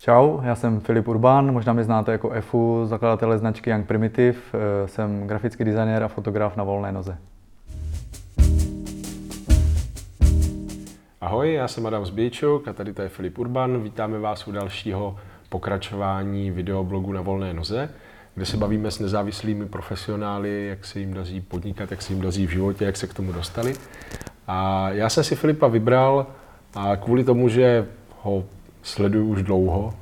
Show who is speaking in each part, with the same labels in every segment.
Speaker 1: Čau, já jsem Filip Urban, možná mě znáte jako Efu, zakladatele značky Young Primitive, jsem grafický designér a fotograf na volné noze.
Speaker 2: Ahoj, já jsem Adam Zbějčuk a tady to je Filip Urban. Vítáme vás u dalšího pokračování videoblogu Na volné noze, kde se bavíme s nezávislými profesionály, jak se jim daří podnikat, jak se jim daří v životě, jak se k tomu dostali. A já jsem si Filipa vybral a kvůli tomu, že ho sleduju už dlouho.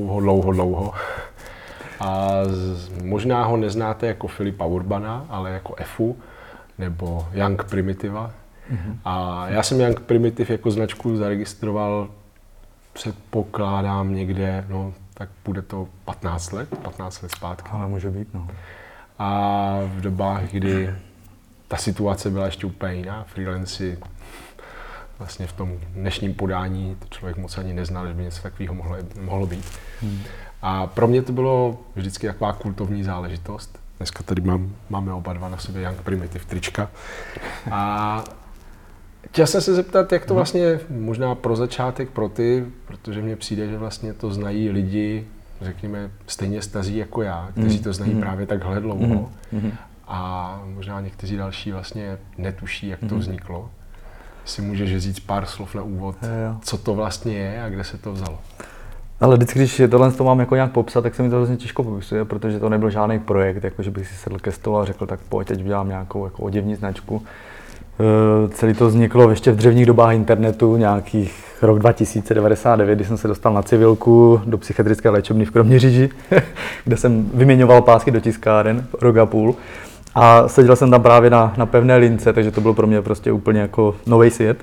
Speaker 2: A možná ho neznáte jako Filipa Urbana, ale jako Efu nebo Young Primitiva. A já jsem Young Primitive jako značku zaregistroval, předpokládám někde, no tak bude to 15 let zpátky.
Speaker 1: Ale může být, no.
Speaker 2: A v dobách, kdy ta situace byla ještě úplně jiná, freelanci vlastně v tom dnešním podání to člověk moc ani neznal, že by něco takového mohlo být. A pro mě to bylo vždycky taková kultovní záležitost. Dneska tady máme oba dva na sobě Young Primitive trička. A chtěl jsem se zeptat, jak to vlastně možná pro začátek pro ty, protože mně přijde, že vlastně to znají lidi, řekněme, stejně staří jako já, kteří to znají právě takhle dlouho. A možná někteří další vlastně netuší, jak to vzniklo. Si můžeš říct pár slov na úvod, co to vlastně je a kde se to vzalo?
Speaker 1: Ale vždycky, když tohle to mám jako nějak popsat, tak se mi to hrozně těžko popisuje, protože to nebyl žádný projekt, jako že bych si sedl ke stolu a řekl, tak pojď, teď udělám nějakou jako oděvní značku. Celý to vzniklo ještě v dřevních dobách internetu, nějakých rok 2099, kdy jsem se dostal na civilku do psychiatrické léčebny v Kroměříži, kde jsem vyměňoval pásky do tiskáren rok a půl. A seděl jsem tam právě na pevné lince, takže to bylo pro mě prostě úplně jako nový svět.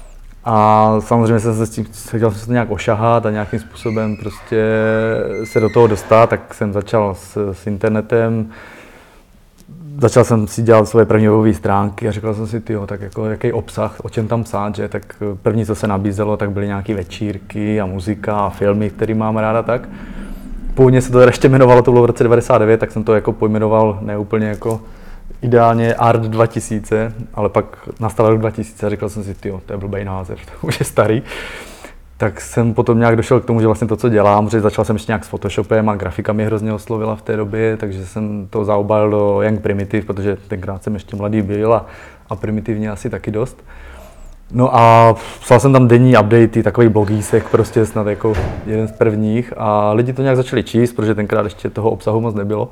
Speaker 1: A samozřejmě jsem chtěl se nějak ošahat a nějakým způsobem prostě se do toho dostat, tak jsem začal s internetem. Začal jsem si dělat svoje první webové stránky a říkal jsem si, tak jako jaký obsah, o čem tam psát, že? Tak první, co se nabízelo, tak byly nějaké večírky a muzika a filmy, které mám ráda tak. Původně se to ještě jmenovalo, to bylo v roce 99, tak jsem to jako pojmenoval neúplně jako ideálně Art 2000, ale pak nastal rok 2000 a říkal jsem si, to je blbej název, to už je starý. Tak jsem potom nějak došel k tomu, že vlastně to, co dělám, protože začal jsem ještě nějak s Photoshopem a grafika mě hrozně oslovila v té době, takže jsem to zaobalil do Young Primitive, protože tenkrát jsem ještě mladý byl a primitivně asi taky dost. No a psal jsem tam denní updaty, takový blogísek, prostě snad jako jeden z prvních a lidi to nějak začali číst, protože tenkrát ještě toho obsahu moc nebylo.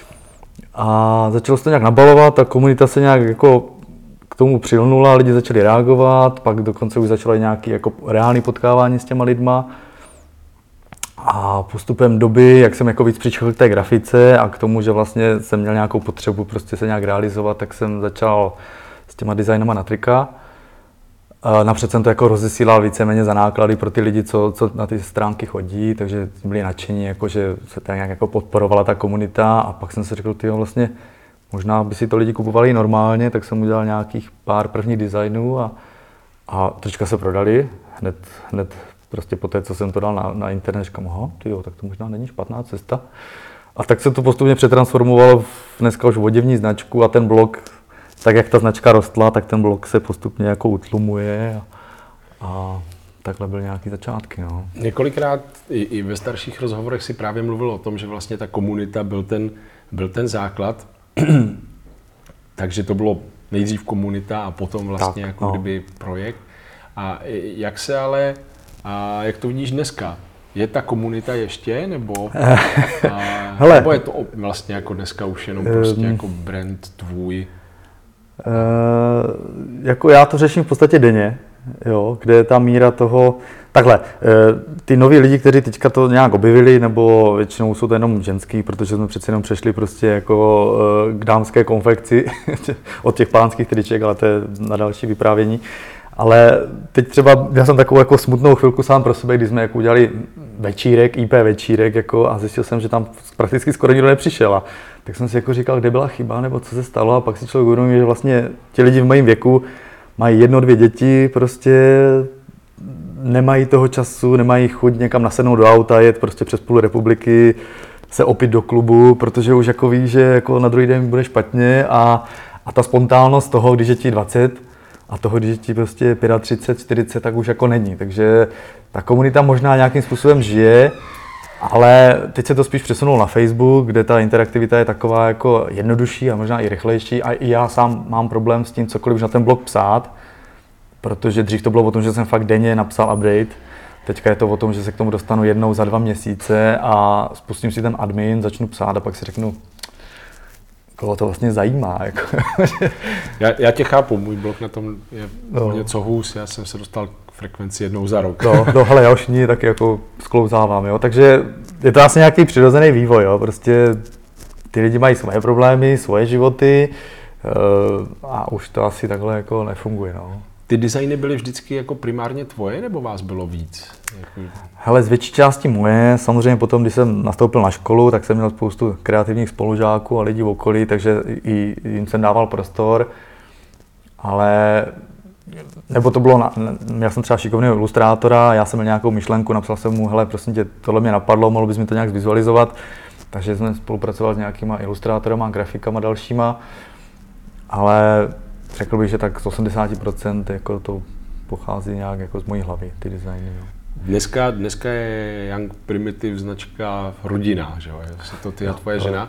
Speaker 1: A začalo se to nějak nabalovat, ta komunita se nějak jako k tomu přilnula, lidi začali reagovat, pak dokonce už začalo nějaké jako reálné potkávání s těma lidma. A postupem doby, jak jsem jako víc přišel k té grafice a k tomu, že vlastně jsem měl nějakou potřebu prostě se nějak realizovat, tak jsem začal s těma designama na trika. Napřed jsem to jako rozesílal víceméně za náklady pro ty lidi, co na ty stránky chodí, takže byli nadšení, jako, že se tak nějak jako podporovala ta komunita a pak jsem si řekl, vlastně možná by si to lidi kupovali normálně, tak jsem udělal nějakých pár prvních designů a trička se prodali hned prostě po té, co jsem to dal na internet, říkám, tak to možná není špatná cesta. A tak se to postupně přetransformovalo v dneska už oděvní značku a ten blog, tak jak ta značka rostla, tak ten blog se postupně jako utlumuje a takhle byly nějaký začátky. No.
Speaker 2: Několikrát i ve starších rozhovorech si právě mluvil o tom, že vlastně ta komunita byl ten základ, takže to bylo nejdřív komunita a potom vlastně kdyby projekt. A jak to vidíš dneska? Je ta komunita ještě, nebo je to vlastně jako dneska už jenom prostě jako brand tvůj?
Speaker 1: Jako já to řeším v podstatě denně, kde je ta míra toho, takhle, ty noví lidi, kteří teďka to nějak objevili, nebo většinou jsou to jenom ženský, protože jsme přeci jenom přešli prostě jako k dámské konfekci od těch pánských triček, ale to je na další vyprávění. Ale teď třeba, já jsem takovou jako smutnou chvilku sám pro sebe, když jsme jako udělali večírek, IP večírek jako, a zjistil jsem, že tam prakticky skoro nikdo nepřišel. A tak jsem si jako říkal, kde byla chyba, nebo co se stalo, a pak si člověk uvědomil, že vlastně ti lidi v mém věku mají 1-2 děti, prostě nemají toho času, nemají chuť někam nasednout do auta, jet prostě přes půl republiky, se opít do klubu, protože už jako ví, že jako na druhý den bude špatně a ta spontánnost toho, když je ti 20 a toho, když je ti prostě 35, 40, tak už jako není. Takže ta komunita možná nějakým způsobem žije, Ale teď se to spíš přesunulo na Facebook, kde ta interaktivita je taková jako jednodušší a možná i rychlejší a i já sám mám problém s tím cokoliv už na ten blog psát, protože dřív to bylo o tom, že jsem fakt denně napsal update, teďka je to o tom, že se k tomu dostanu jednou za 2 měsíce a spustím si ten admin, začnu psát a pak si řeknu, koho to vlastně zajímá. Jako.
Speaker 2: Já tě chápu, můj blog na tom je něco hůř, já jsem se dostal k frekvenci jednou za rok.
Speaker 1: Hele, já už ní taky jako sklouzávám, jo, takže je to asi nějaký přirozený vývoj, jo, prostě ty lidi mají svoje problémy, svoje životy a už to asi takhle jako nefunguje, no.
Speaker 2: Ty designy byly vždycky jako primárně tvoje, nebo vás bylo víc?
Speaker 1: Hele, z větší části moje, samozřejmě potom, když jsem nastoupil na školu, tak jsem měl spoustu kreativních spolužáků a lidí v okolí, takže i jim jsem dával prostor, ale nebo to bylo, já jsem třeba šikovného ilustrátora, já jsem měl nějakou myšlenku, napsal jsem mu, hele, prosím tě, tohle mě napadlo, mohl bys mi to nějak zvizualizovat, takže jsme spolupracovali s nějakýma ilustrátorama, grafikama dalšíma, ale řekl bych, že tak z 80% jako to pochází nějak jako z mojí hlavy, ty designy. Jo.
Speaker 2: Dneska je Young Primitive značka rodinná, že jo? Je to ty a tvoje žena,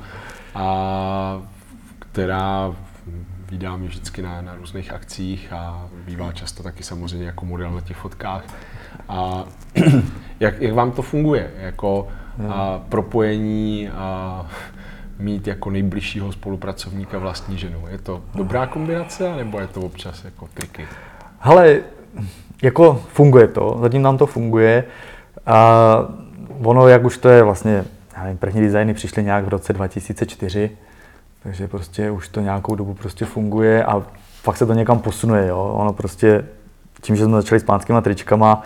Speaker 2: a která vídá mě vždycky na různých akcích a bývá často taky samozřejmě jako model na těch fotkách. A jak vám to funguje? Jako propojení a mít jako nejbližšího spolupracovníka vlastní ženu. Je to dobrá kombinace, nebo je to občas jako triky?
Speaker 1: Hele, jako funguje to, zatím nám to funguje a ono, jak už to je vlastně, já nevím, první designy přišly nějak v roce 2004, takže prostě už to nějakou dobu prostě funguje a fakt se to někam posunuje, jo. Ono prostě, tím, že jsme začali s pánskýma tričkama,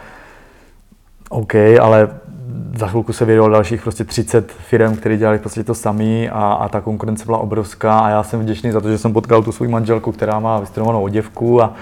Speaker 1: OK, ale za chvilku se vydalo dalších prostě 30 firm, které dělali prostě to samý a ta konkurence byla obrovská a já jsem vděčný za to, že jsem potkal tu svou manželku, která má vystudovanou oděvku a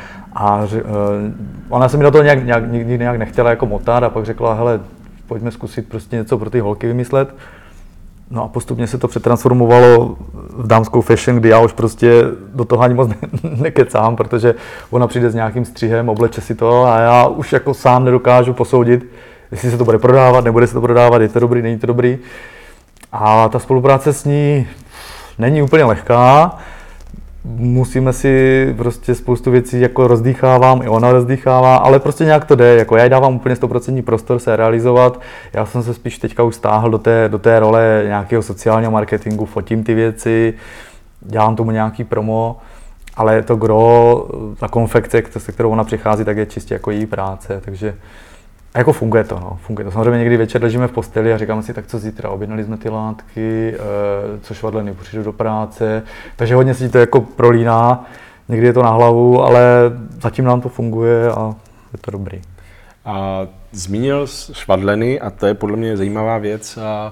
Speaker 1: ona se mi do toho nikdy nějak nechtěla jako motat a pak řekla, hele, pojďme zkusit prostě něco pro ty holky vymyslet. No a postupně se to přetransformovalo v dámskou fashion, kdy já už prostě do toho ani moc nekecám, protože ona přijde s nějakým střihem, obleče si to a já už jako sám nedokážu posoudit, jestli se to bude prodávat, nebude se to prodávat, je to dobrý, není to dobrý. A ta spolupráce s ní není úplně lehká. Musíme si prostě spoustu věcí jako rozdýchávám, i ona rozdýchává, ale prostě nějak to jde. Jako já jí dávám úplně 100% prostor se realizovat. Já jsem se spíš teďka už stáhl do té role nějakého sociálního marketingu, fotím ty věci, dělám tomu nějaký promo, ale to gro, ta konfekce, se kterou ona přichází, tak je čistě jako její práce, takže a jako funguje to, no, funguje to. Samozřejmě někdy večer ležíme v posteli a říkáme si, tak co zítra, objednali jsme ty látky, co švadleny, přijdu do práce, takže hodně si to jako prolíná, někdy je to na hlavu, ale zatím nám to funguje a je to dobrý.
Speaker 2: A zmínil švadleny a to je podle mě zajímavá věc a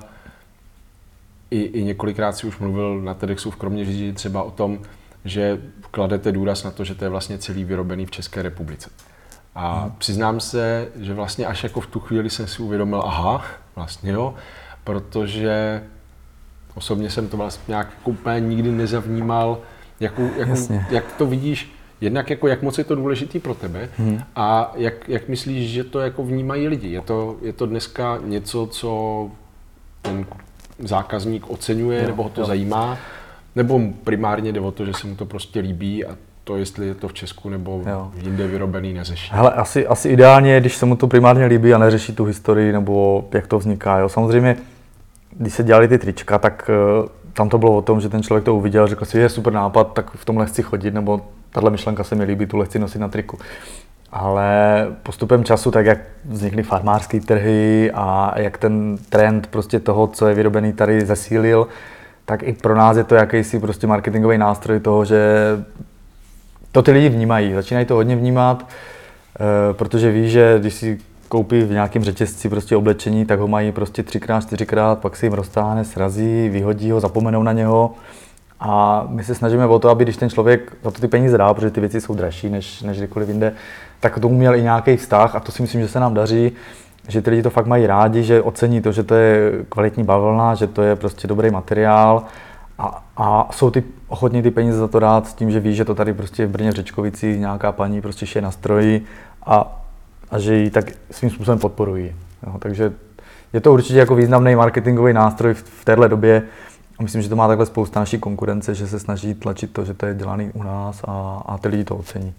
Speaker 2: i několikrát si už mluvil na TEDxu v Kroměříži třeba o tom, že kladete důraz na to, že to je vlastně celý vyrobený v České republice. A přiznám se, že vlastně až jako v tu chvíli jsem si uvědomil, aha, vlastně jo, protože osobně jsem to vlastně nějak úplně nikdy nezavnímal, jak to vidíš, jednak jako jak moc je to důležitý pro tebe a jak myslíš, že to jako vnímají lidi. Je to dneska něco, co ten zákazník oceňuje, nebo ho to zajímá, nebo primárně jde o to, že se mu to prostě líbí a to, jestli je to v Česku nebo jinde vyrobený, neřeší.
Speaker 1: Hele, asi ideálně, když se mu to primárně líbí a neřeší tu historii nebo jak to vzniká. Jo. Samozřejmě, když se dělali ty trička, tak tam to bylo o tom, že ten člověk to uviděl, řekl si, je super nápad, tak v tomhle chci chodit, nebo tahle myšlenka se mi líbí, tuhle chci nosit na triku. Ale postupem času, tak jak vznikly farmářské trhy a jak ten trend prostě toho, co je vyrobený tady, zesílil, tak i pro nás je to jakýsi prostě marketingový nástroj toho, že to ty lidi vnímají, začínají to hodně vnímat, protože ví, že když si koupí v nějakém řetězci prostě oblečení, tak ho mají prostě 3x, 4x, pak si jim roztáhne, srazí, vyhodí ho, zapomenou na něho. A my se snažíme o to, aby když ten člověk za to ty peníze dá, protože ty věci jsou dražší než kdykoliv jinde, tak tomu měl i nějaký vztah a to si myslím, že se nám daří, že ty lidi to fakt mají rádi, že ocení to, že to je kvalitní bavlna, že to je prostě dobrý materiál a jsou ochotní ty peníze za to dát s tím, že ví, že to tady prostě v Brně v Řečkovicích nějaká paní prostě šije na stroji a že ji tak svým způsobem podporují. Jo, takže je to určitě jako významný marketingový nástroj v téhle době. A myslím, že to má takhle spousta naší konkurence, že se snaží tlačit to, že to je dělaný u nás a ty lidi to ocení.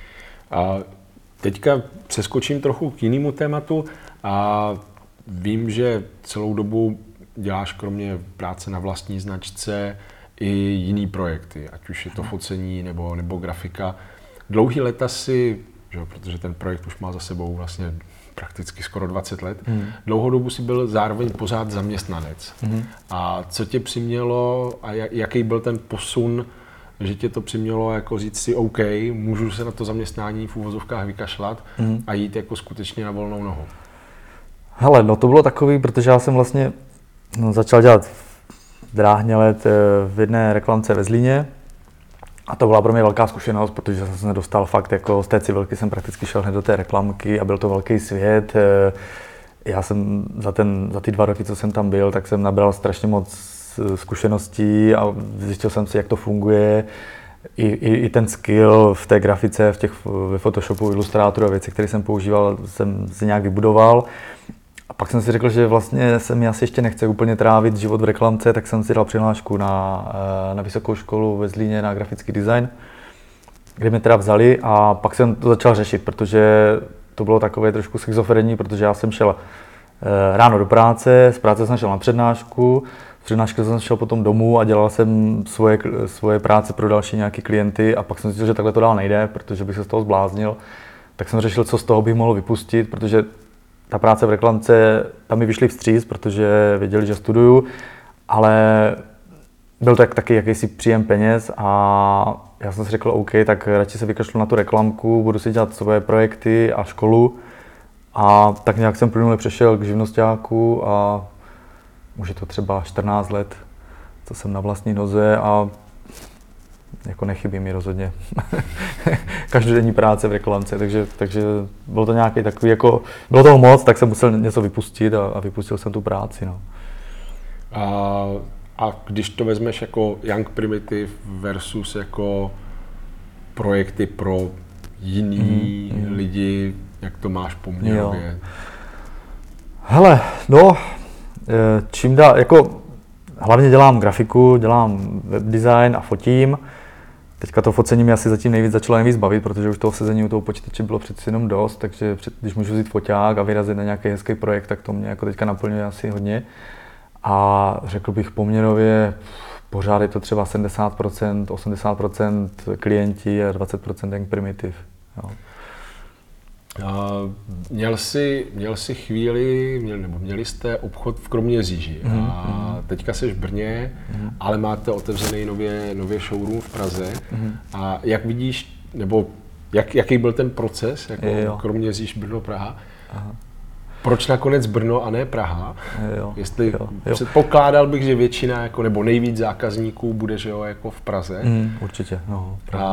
Speaker 2: A teďka přeskočím trochu k jinému tématu a vím, že celou dobu děláš kromě práce na vlastní značce i jiný projekty, ať už je to focení nebo grafika. Dlouhý léta si, že, protože ten projekt už má za sebou vlastně prakticky skoro 20 let, dlouhou dobu si byl zároveň pořád zaměstnanec. A co tě přimělo a jaký byl ten posun, že tě to přimělo jako říct si OK, můžu se na to zaměstnání v úvozovkách vykašlat a jít jako skutečně na volnou nohu?
Speaker 1: Hele, no to bylo takový, protože já jsem vlastně začal dělat dráhně let v jedné reklamce ve Zlíně a to byla pro mě velká zkušenost, protože jsem se nedostal fakt jako z té civilky jsem prakticky šel hned do té reklamky a byl to velký svět. Já jsem za ty 2 roky, co jsem tam byl, tak jsem nabral strašně moc zkušeností a zjistil jsem si, jak to funguje. I ten skill v té grafice, ve Photoshopu, Illustratoru a věci, které jsem používal, jsem si nějak vybudoval. A pak jsem si řekl, že vlastně se mi asi ještě nechce úplně trávit život v reklamce, tak jsem si dal přihlášku na vysokou školu ve Zlíně na grafický design, kde mě teda vzali a pak jsem to začal řešit, protože to bylo takové trošku schizofrenní, protože já jsem šel ráno do práce, z práce jsem šel na přednášku, z přednášky jsem šel potom domů a dělal jsem svoje práce pro další nějaký klienty a pak jsem zjistil, že takhle to dál nejde, protože bych se z toho zbláznil. Tak jsem řešil, co z toho bych mohl vypustit, protože ta práce v reklamce, tam mi vyšli vstříc, protože věděli, že studuju, ale byl to taky jakýsi příjem peněz a já jsem si řekl, OK, tak radši se vykašlu na tu reklamku, budu si dělat svoje projekty a školu a tak nějak jsem plynule přešel k živnosťáku a už je to třeba 14 let, co jsem na vlastní noze a jako nechybí mi rozhodně každodenní práce v reklamce, takže bylo to nějaký takový, jako bylo toho moc, tak jsem musel něco vypustit a vypustil jsem tu práci. No.
Speaker 2: A když to vezmeš jako Young Primitive versus jako projekty pro jiný lidi, jak to máš poměrově?
Speaker 1: Hele, no, čím dál, jako hlavně dělám grafiku, dělám webdesign a fotím. Teďka to focení mě asi zatím začalo nejvíc bavit, protože už toho sezení u toho počítače bylo přeci jenom dost, takže když můžu vzít foťák a vyrazit na nějaký hezký projekt, tak to mě jako teďka naplňuje asi hodně. A řekl bych poměrově, pořád je to třeba 70%, 80% klienti a 20% Young Primitive. Jo.
Speaker 2: Měl jsi chvíli, měli jste obchod v Kroměříži a teďka jsi v Brně, ale máte otevřený nově showroom v Praze. A jak vidíš, nebo jaký byl ten proces, jako Kroměříž, Brno, Praha? Aha. Proč nakonec Brno a ne Praha? Jestli předpokládal bych, že většina, jako, nebo nejvíc zákazníků bude, že jo, jako v Praze.
Speaker 1: Určitě, no.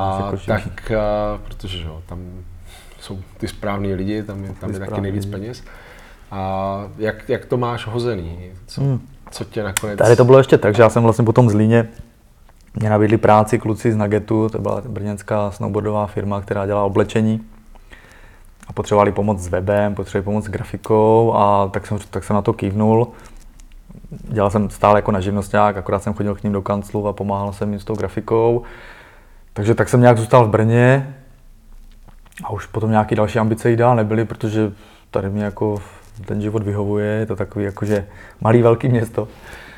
Speaker 2: Protože jo, tam jsou ty správní lidi, tam je taky nejvíc peněz. A jak to máš hozený? Co tě nakonec...
Speaker 1: Tady to bylo ještě tak, že já jsem vlastně po tom Zlíně, mě nabídli práci kluci z Nuggetu, to byla brněnská snowboardová firma, která dělá oblečení. A potřebovali pomoc s webem, potřebovali pomoc s grafikou a tak jsem na to kývnul. Dělal jsem stále jako na živnosťák, akorát jsem chodil k ním do kanclu a pomáhal jsem jim s tou grafikou. Takže tak jsem nějak zůstal v Brně a už potom nějaké další ambice jí dál nebyly, protože tady mě jako ten život vyhovuje, je to takový jakože malý velký město.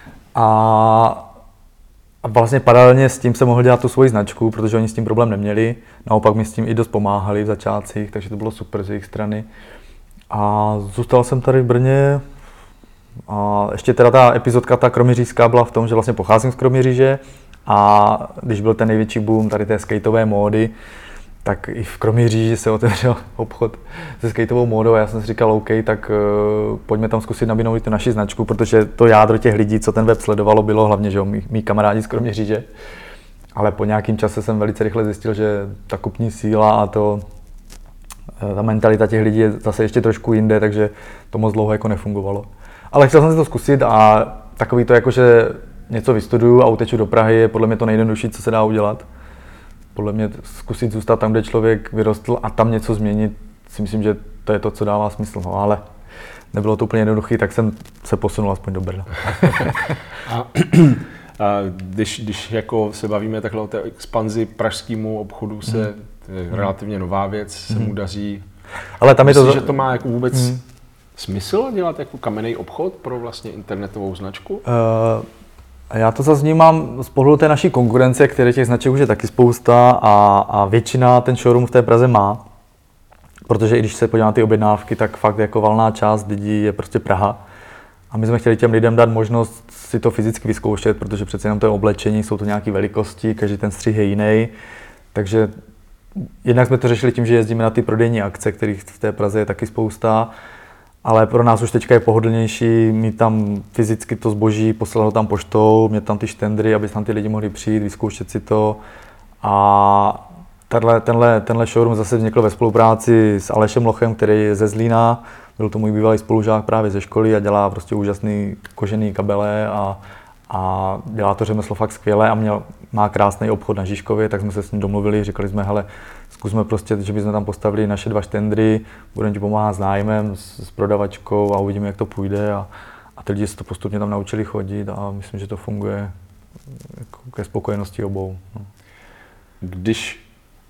Speaker 1: A vlastně paralelně s tím jsem mohl dělat tu svoji značku, protože oni s tím problém neměli. Naopak mi s tím i dost pomáhali v začátcích, takže to bylo super z jejich strany. A zůstal jsem tady v Brně. A ještě teda ta epizodka, ta kroměřížská, byla v tom, že vlastně pocházím z Kroměříže a když byl ten největší boom tady té skateové módy, tak i v Kroměříži se otevřel obchod se skateovou módou a já jsem si říkal, OK, tak pojďme tam zkusit nabídnout tu naši značku, protože to jádro těch lidí, co ten web sledovalo, bylo hlavně, že mý kamarádi z Kroměříže. Ale po nějakém čase jsem velice rychle zjistil, že ta kupní síla a ta mentalita těch lidí je zase ještě trošku jinde, takže to moc dlouho jako nefungovalo. Ale chtěl jsem si to zkusit a takový to jako, že něco vystuduju a uteču do Prahy je podle mě to nejjednodušší, co se dá udělat. Podle mě zkusit zůstat tam, kde člověk vyrostl a tam něco změnit, si myslím, že to je to, co dává smysl. No, ale nebylo to úplně jednoduché, tak jsem se posunul aspoň do Brna.
Speaker 2: A když jako se bavíme takhle o té expanzi pražskému obchodu, se relativně nová věc, se mu daří.
Speaker 1: Ale tam
Speaker 2: Myslíš,
Speaker 1: je to...
Speaker 2: že to má jako vůbec smysl dělat jako kamenný obchod pro vlastně internetovou značku?
Speaker 1: Já to zase vnímám z pohledu té naší konkurence, které těch značek už je taky spousta a většina ten showroom v té Praze má. Protože i když se podívám na ty objednávky, tak fakt jako valná část lidí je prostě Praha. A my jsme chtěli těm lidem dát možnost si to fyzicky vyzkoušet, protože přece jenom to je oblečení, jsou to nějaké velikosti, každý ten střih je jiný. Takže jednak jsme to řešili tím, že jezdíme na ty prodejní akce, kterých v té Praze je taky spousta. Ale pro nás už teďka je pohodlnější mít tam fyzicky to zboží, poslat ho tam poštou, mít tam ty štendry, aby tam ty lidi mohli přijít, vyzkoušet si to. A tenhle showroom zase vznikl ve spolupráci s Alešem Lochem, který je ze Zlína. Byl to můj bývalý spolužák právě ze školy a dělá prostě úžasný kožený kabele a dělá to řemeslo fakt skvěle a má krásný obchod na Žižkově, tak jsme se s ním domluvili, říkali jsme, hele, zkusme prostě, že bychom tam postavili naše 2 štendry, budeme ti pomáhat s nájmem, s prodavačkou a uvidíme, jak to půjde a ty lidi se to postupně tam naučili chodit a myslím, že to funguje jako ke spokojenosti obou. No.
Speaker 2: Když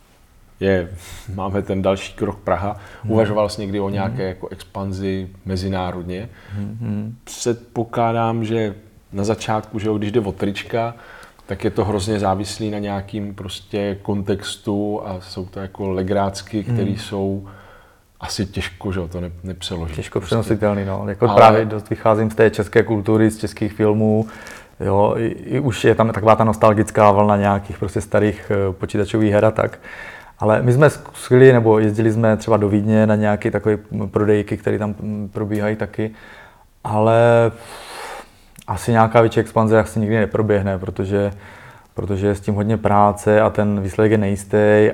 Speaker 2: máme ten další krok Praha, uvažoval jsi někdy o nějaké jako expanzi mezinárodně? Předpokládám, že na začátku, že když jde o trička, tak je to hrozně závislý na nějakým prostě kontextu a jsou to jako legrácky, které jsou asi těžko, že to nepřeložit.
Speaker 1: Těžko přenositelný, no. Jako právě dost vycházím z té české kultury, z českých filmů. Jo, i už je tam taková ta nostalgická vlna nějakých prostě starých počítačových her a tak. Ale my jsme zkusili, nebo jezdili jsme třeba do Vídně na nějaké takové prodejky, které tam probíhají taky, ale asi nějaká větší expanze asi nikdy neproběhne, protože je s tím hodně práce a ten výsledek je nejistý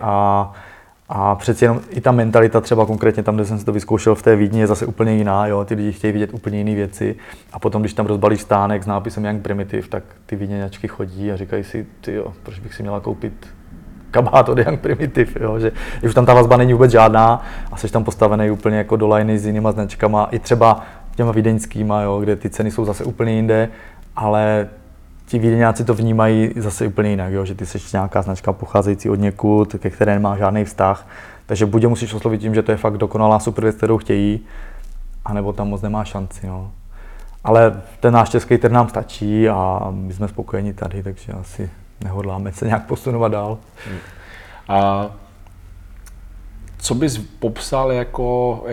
Speaker 1: a přeci jenom i ta mentalita třeba konkrétně tam, kde jsem si to vyzkoušel v té Vídni, je zase úplně jiná, jo? Ty lidi chtějí vidět úplně jiné věci a potom, když tam rozbalíš stánek s nápisem Young Primitive, tak ty Vídňačky chodí a říkají si, tyjo, proč bych si měla koupit kabát od Young Primitive, jo? Že už tam ta vazba není vůbec žádná a jsi tam postavený úplně jako do lajny s jinýma značkama, i třeba těma vídeňskýma, jo? Kde ty ceny jsou zase úplně jinde, ale ti Vídeňáci to vnímají zase úplně jinak, jo? Že ty jsi nějaká značka pocházející od někud, ke které nemá žádný vztah, takže buď je musíš oslovit tím, že to je fakt dokonalá super věc, kterou chtějí, anebo tam moc nemá šanci. No. Ale ten náš český trh nám stačí a my jsme spokojeni tady, takže asi nehodláme se nějak posunovat dál.
Speaker 2: A co bys popsal jako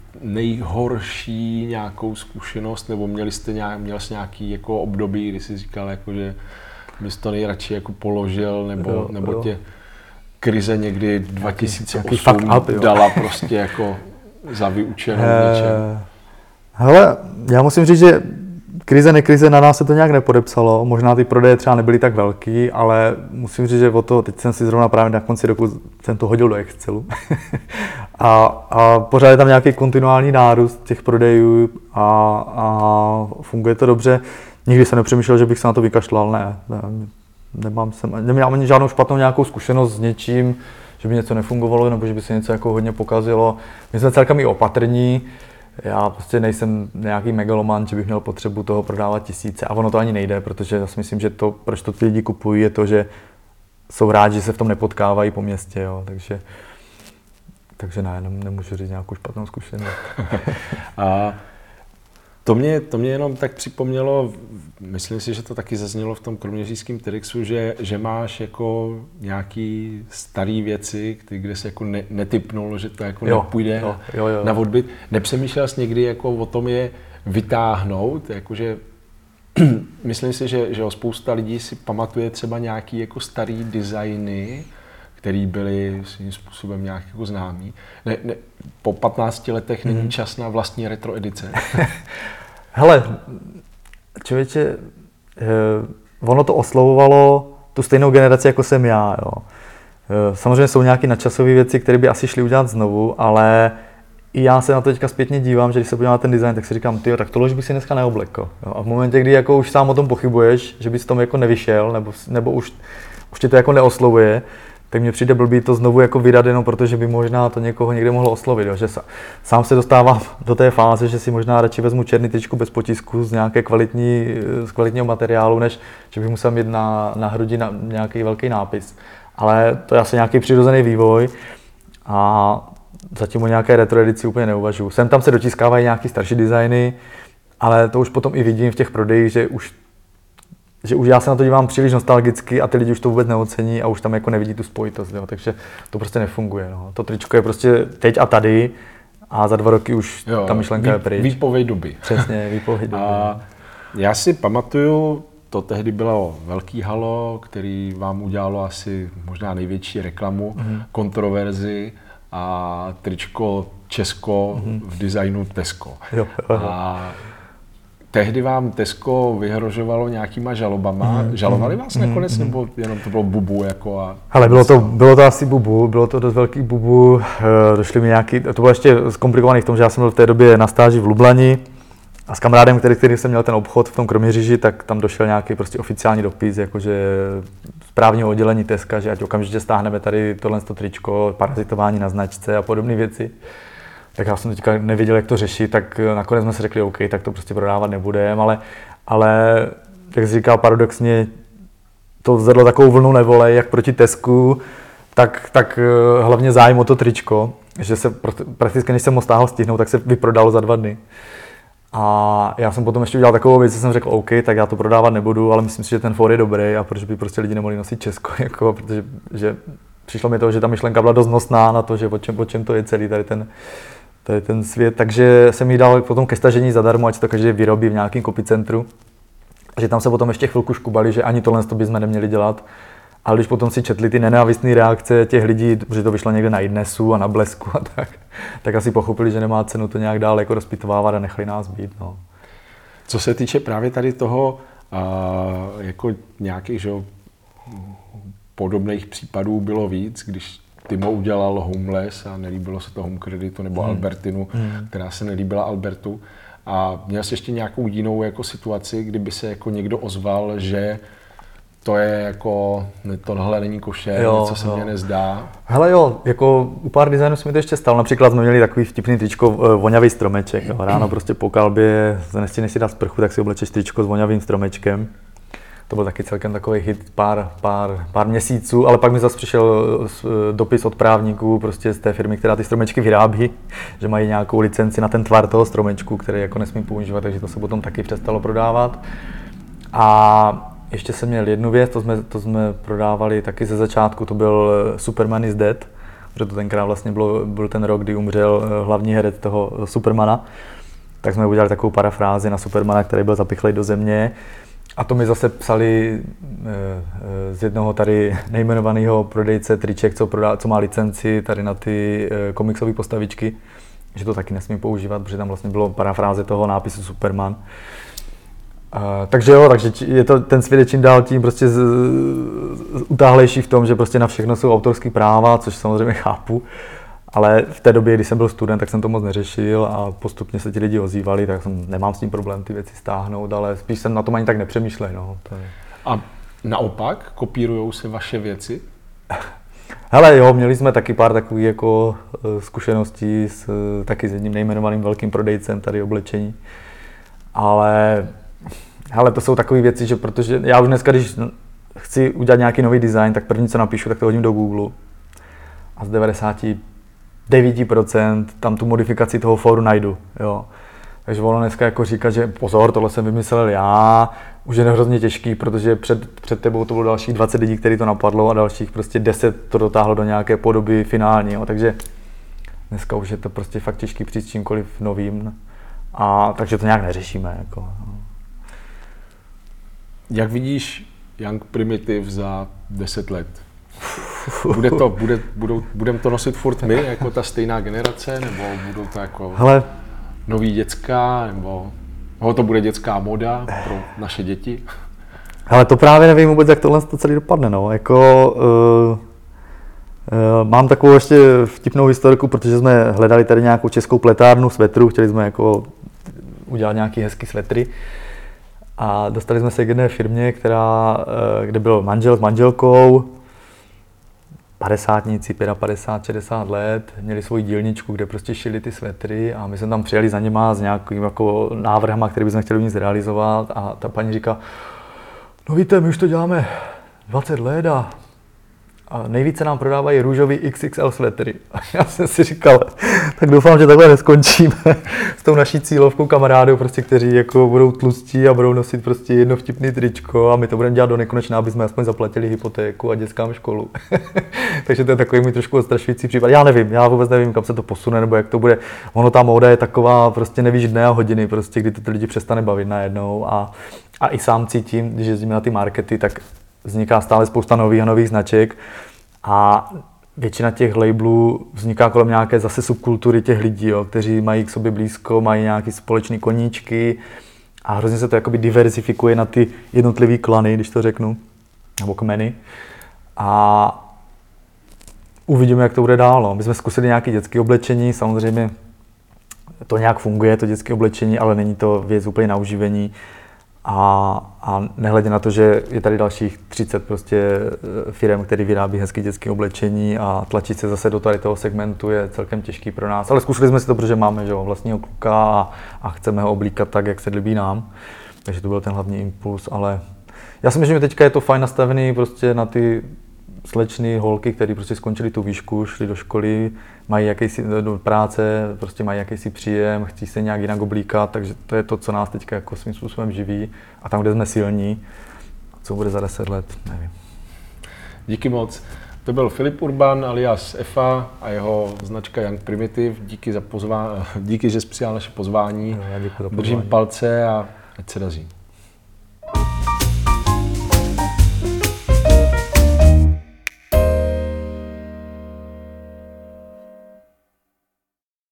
Speaker 2: nejhorší nějakou zkušenost, nebo měl jsi nějaký jako období, kdy jsi říkal, jako, že bys to nejradši jako položil, nebo tě krize někdy 2008 dala prostě jako za vyučenou něčem?
Speaker 1: Hele, já musím říct, že krize, nekrize, na nás se to nějak nepodepsalo. Možná ty prodeje třeba nebyly tak velký, ale musím říct, že teď jsem si zrovna právě na konci roku jsem to hodil do Excelu. a pořád je tam nějaký kontinuální nárůst těch prodejů a funguje to dobře. Nikdy jsem nepřemýšlel, že bych se na to vykašlal, ne. Nemám ani žádnou špatnou nějakou zkušenost s něčím, že by něco nefungovalo, nebo že by se něco jako hodně pokazilo. My jsme celkem i opatrní. Já prostě nejsem nějaký megaloman, že bych měl potřebu toho prodávat tisíce a ono to ani nejde, protože já si myslím, že to, proč to ty lidi kupují, je to, že jsou rádi, že se v tom nepotkávají po městě, jo, takže ne, nemůžu říct nějakou špatnou zkušenost.
Speaker 2: A to mě jenom tak připomnělo, myslím si, že to taky zaznělo v tom kroměřížském TEDxu, že máš jako nějaký starý věci, kde se jako netipnul, že to jako nepůjde na odbyt. Nepřemýšlel jsi někdy jako o tom je vytáhnout, jakože myslím si, že spousta lidí si pamatuje třeba nějaký jako starý designy, který byly svým způsobem nějak jako známý. Po 15 letech není čas na vlastní retro edice.
Speaker 1: Hele, člověče, ono to oslovovalo tu stejnou generaci, jako jsem já. Jo. Samozřejmě jsou nějaké nadčasové věci, které by asi šly udělat znovu, ale i já se na to teďka zpětně dívám, že když se podívám na ten design, tak si říkám, tyjo, tak tohle už bych si dneska neoblekl. A v momentě, kdy jako už sám o tom pochybuješ, že bys tom jako nevyšel, nebo už tě to jako neoslovuje, tak mně přijde blbý to znovu jako vydat jenom protože by možná to někoho někde mohlo oslovit, jo? Že sám se dostávám do té fáze, že si možná radši vezmu černý tričku bez potisku z nějaké z kvalitního materiálu, než že bych musel mít na hrudi nějaký velký nápis. Ale to je asi nějaký přirozený vývoj a zatím o nějaké retro edici úplně neuvažuji. Sem tam se dotiskávají nějaký starší designy, ale to už potom i vidím v těch prodejích, že už já se na to dívám příliš nostalgicky a ty lidi už to vůbec neocení a už tam jako nevidí tu spojitost, jo, takže to prostě nefunguje. No. To tričko je prostě teď a tady a za 2 roky už ta myšlenka je pryč.
Speaker 2: Výpověď doby.
Speaker 1: Přesně, výpověď doby.
Speaker 2: A já si pamatuju, to tehdy bylo velký halo, který vám udělalo asi možná největší reklamu, kontroverzi a tričko Česko v designu Tesco.
Speaker 1: Jo.
Speaker 2: A tehdy vám Tesco vyhrožovalo nějakýma žalobama. Žalovali vás nakonec, nebo jenom to bylo bubu? Jako
Speaker 1: hele, bylo to asi bubu, bylo to dost velký bubu. Došly mi nějaký, to bylo ještě zkomplikovaný v tom, že já jsem byl v té době na stáži v Lublani a s kamarádem, který jsem měl ten obchod v tom Kroměříži, tak tam došel nějaký prostě oficiální dopis, jakože z právního oddělení Teska, že ať okamžitě stáhneme tady tohle tričko, parazitování na značce a podobné věci. Tak já jsem teďka nevěděl, jak to řešit, tak nakonec jsme si řekli, OK, tak to prostě prodávat nebudeme, ale jak jsi říkal, paradoxně to zvedlo takovou vlnu nevole, jak proti Tesku, tak hlavně zájem o to tričko, že se prakticky, než jsem ho stáhl stihnout, tak se vyprodalo za 2 dny. A já jsem potom ještě udělal takovou věc, že jsem řekl, OK, tak já to prodávat nebudu, ale myslím si, že ten for je dobrý a proč by prostě lidi nemohli nosit Česko, jako, protože že přišlo mi to, že ta myšlenka byla dost nosná na to, že o čem to je celý tady ten svět, takže jsem jí dal potom ke stažení zadarmo, ať to každý vyrobí v nějakém kopicentru. Že tam se potom ještě chvilku škubali, že ani tohle bychom neměli dělat. Ale když potom si četli ty nenávistné reakce těch lidí, protože to vyšlo někde na iDnesu a na Blesku a tak asi pochopili, že nemá cenu to nějak dál jako rozpitvávat a nechali nás být. No.
Speaker 2: Co se týče právě tady toho, jako nějakých že, podobných případů bylo víc, když Timo udělal Homeless a nelíbilo se to Home Creditu nebo Albertinu, která se nelíbila Albertu. A měl jsi ještě nějakou jinou jako situaci, kdyby se jako někdo ozval, že to je jako, tohle není košer, něco se mně nezdá.
Speaker 1: Hele jo, jako u pár designů se mi to ještě stalo. Například jsme měli takový vtipný tričko, voňavý stromeček. Jo. Ráno prostě po kalbě, nestihneš si dát sprchu, tak si oblečeš tričko s voňavým stromečkem. To byl taky celkem takový hit pár měsíců, ale pak mi zase přišel dopis od právníků prostě z té firmy, která ty stromečky vyrábí, že mají nějakou licenci na ten tvar toho stromečku, který jako nesmí používat, takže to se potom taky přestalo prodávat. A ještě jsem měl jednu věc, to jsme prodávali taky ze začátku, to byl Superman is Dead, protože to tenkrát vlastně byl ten rok, kdy umřel hlavní herec toho Supermana. Tak jsme udělali takovou parafrázi na Supermana, který byl zapichlej do země. A to mi zase psali z jednoho tady nejmenovaného prodejce triček, co má licenci tady na ty komiksové postavičky, že to taky nesmím používat, protože tam vlastně bylo parafráze toho nápisu Superman. Takže jo, takže ten svět je čím dál tím prostě utáhlejší v tom, že prostě na všechno jsou autorský práva, což samozřejmě chápu. Ale v té době, kdy jsem byl student, tak jsem to moc neřešil a postupně se ti lidi ozývali, tak nemám s tím problém ty věci stáhnout, ale spíš jsem na tom ani tak nepřemýšlel. No.
Speaker 2: A naopak, kopírujou se vaše věci?
Speaker 1: Hele jo, měli jsme taky pár takových jako zkušeností taky s jedním nejmenovaným velkým prodejcem tady oblečení. Ale to jsou takové věci, že protože já už dneska, když chci udělat nějaký nový design, tak první, co napíšu, tak to hodím do Google. A z 99% tam tu modifikaci toho fóru najdu, jo. Takže ono dneska jako říká, že pozor, tohle jsem vymyslel já, už je hrozně těžký, protože před tebou to bylo dalších 20 lidí, který to napadlo a dalších prostě 10 to dotáhlo do nějaké podoby finální, jo. Takže dneska už je to prostě fakt těžký přijít s čímkoliv novým a takže to nějak neřešíme, jako.
Speaker 2: Jak vidíš Young Primitive za 10 let? Budeme to nosit furt my, jako ta stejná generace, nebo budou to jako noví děcka, nebo to bude dětská moda pro naše děti?
Speaker 1: Ale to právě nevím vůbec, jak tohle to celý dopadne, no. Mám takovou ještě vtipnou historiku, protože jsme hledali tady nějakou českou pletárnu svetrů, chtěli jsme jako udělat nějaký hezký svetry. A dostali jsme se k jedné firmě, kde byl manžel s manželkou. padesátníci, 55, 60 let, měli svoji dílničku, kde prostě šili ty svetry a my jsme tam přijeli za nima s nějakým jako návrhama, které bychom chtěli zrealizovat a ta paní říká, no víte, my už to děláme 20 let a nejvíce nám prodávají růžový XXL svetry. A já jsem si říkal, tak doufám, že takhle neskončíme s tou naší cílovkou kamarádů, prostě, kteří jako budou tlustí a budou nosit prostě jedno vtipný tričko a my to budeme dělat do nekonečna, aby jsme aspoň zaplatili hypotéku a dětskám školu. Takže to je takový můj trošku odstrašující případ. Já vůbec nevím, kam se to posune nebo jak to bude. Ono ta móda je taková, prostě nevíš dne a hodiny, prostě, kdy to ty lidi přestane bavit najednou a i sám cítím, když jezdím na ty markety, tak vzniká stále spousta nových a nových značek a většina těch labelů vzniká kolem nějaké zase subkultury těch lidí, jo, kteří mají k sobě blízko, mají nějaké společné koníčky a hrozně se to jakoby diverzifikuje na ty jednotlivé klany, když to řeknu, nebo kmeny. A uvidíme, jak to bude dál. No. My jsme zkusili nějaké dětské oblečení, samozřejmě to nějak funguje, to dětské oblečení, ale není to věc úplně na uživení. A nehledě na to, že je tady dalších 30 prostě firem, které vyrábí hezké dětské oblečení a tlačit se zase do tady toho segmentu je celkem těžký pro nás. Ale zkusili jsme si to, protože máme, že jo, vlastního kluka a chceme ho oblíkat tak, jak se líbí nám. Takže to byl ten hlavní impuls, ale já si myslím, že teďka je to fajn nastavený prostě na ty slečny, holky, které prostě skončili tu výšku, šli do školy, mají jakýsi do práce, prostě mají jakýsi příjem, chtějí se nějak jinak oblíkat, takže to je to, co nás teďka jako svým způsobem živí a tam, kde jsme silní, co bude za 10 let, nevím.
Speaker 2: Díky moc. To byl Filip Urban alias Efa a jeho značka Young Primitive. Díky, že jsi přijal naše pozvání.
Speaker 1: No,
Speaker 2: Držím palce a ať se daří.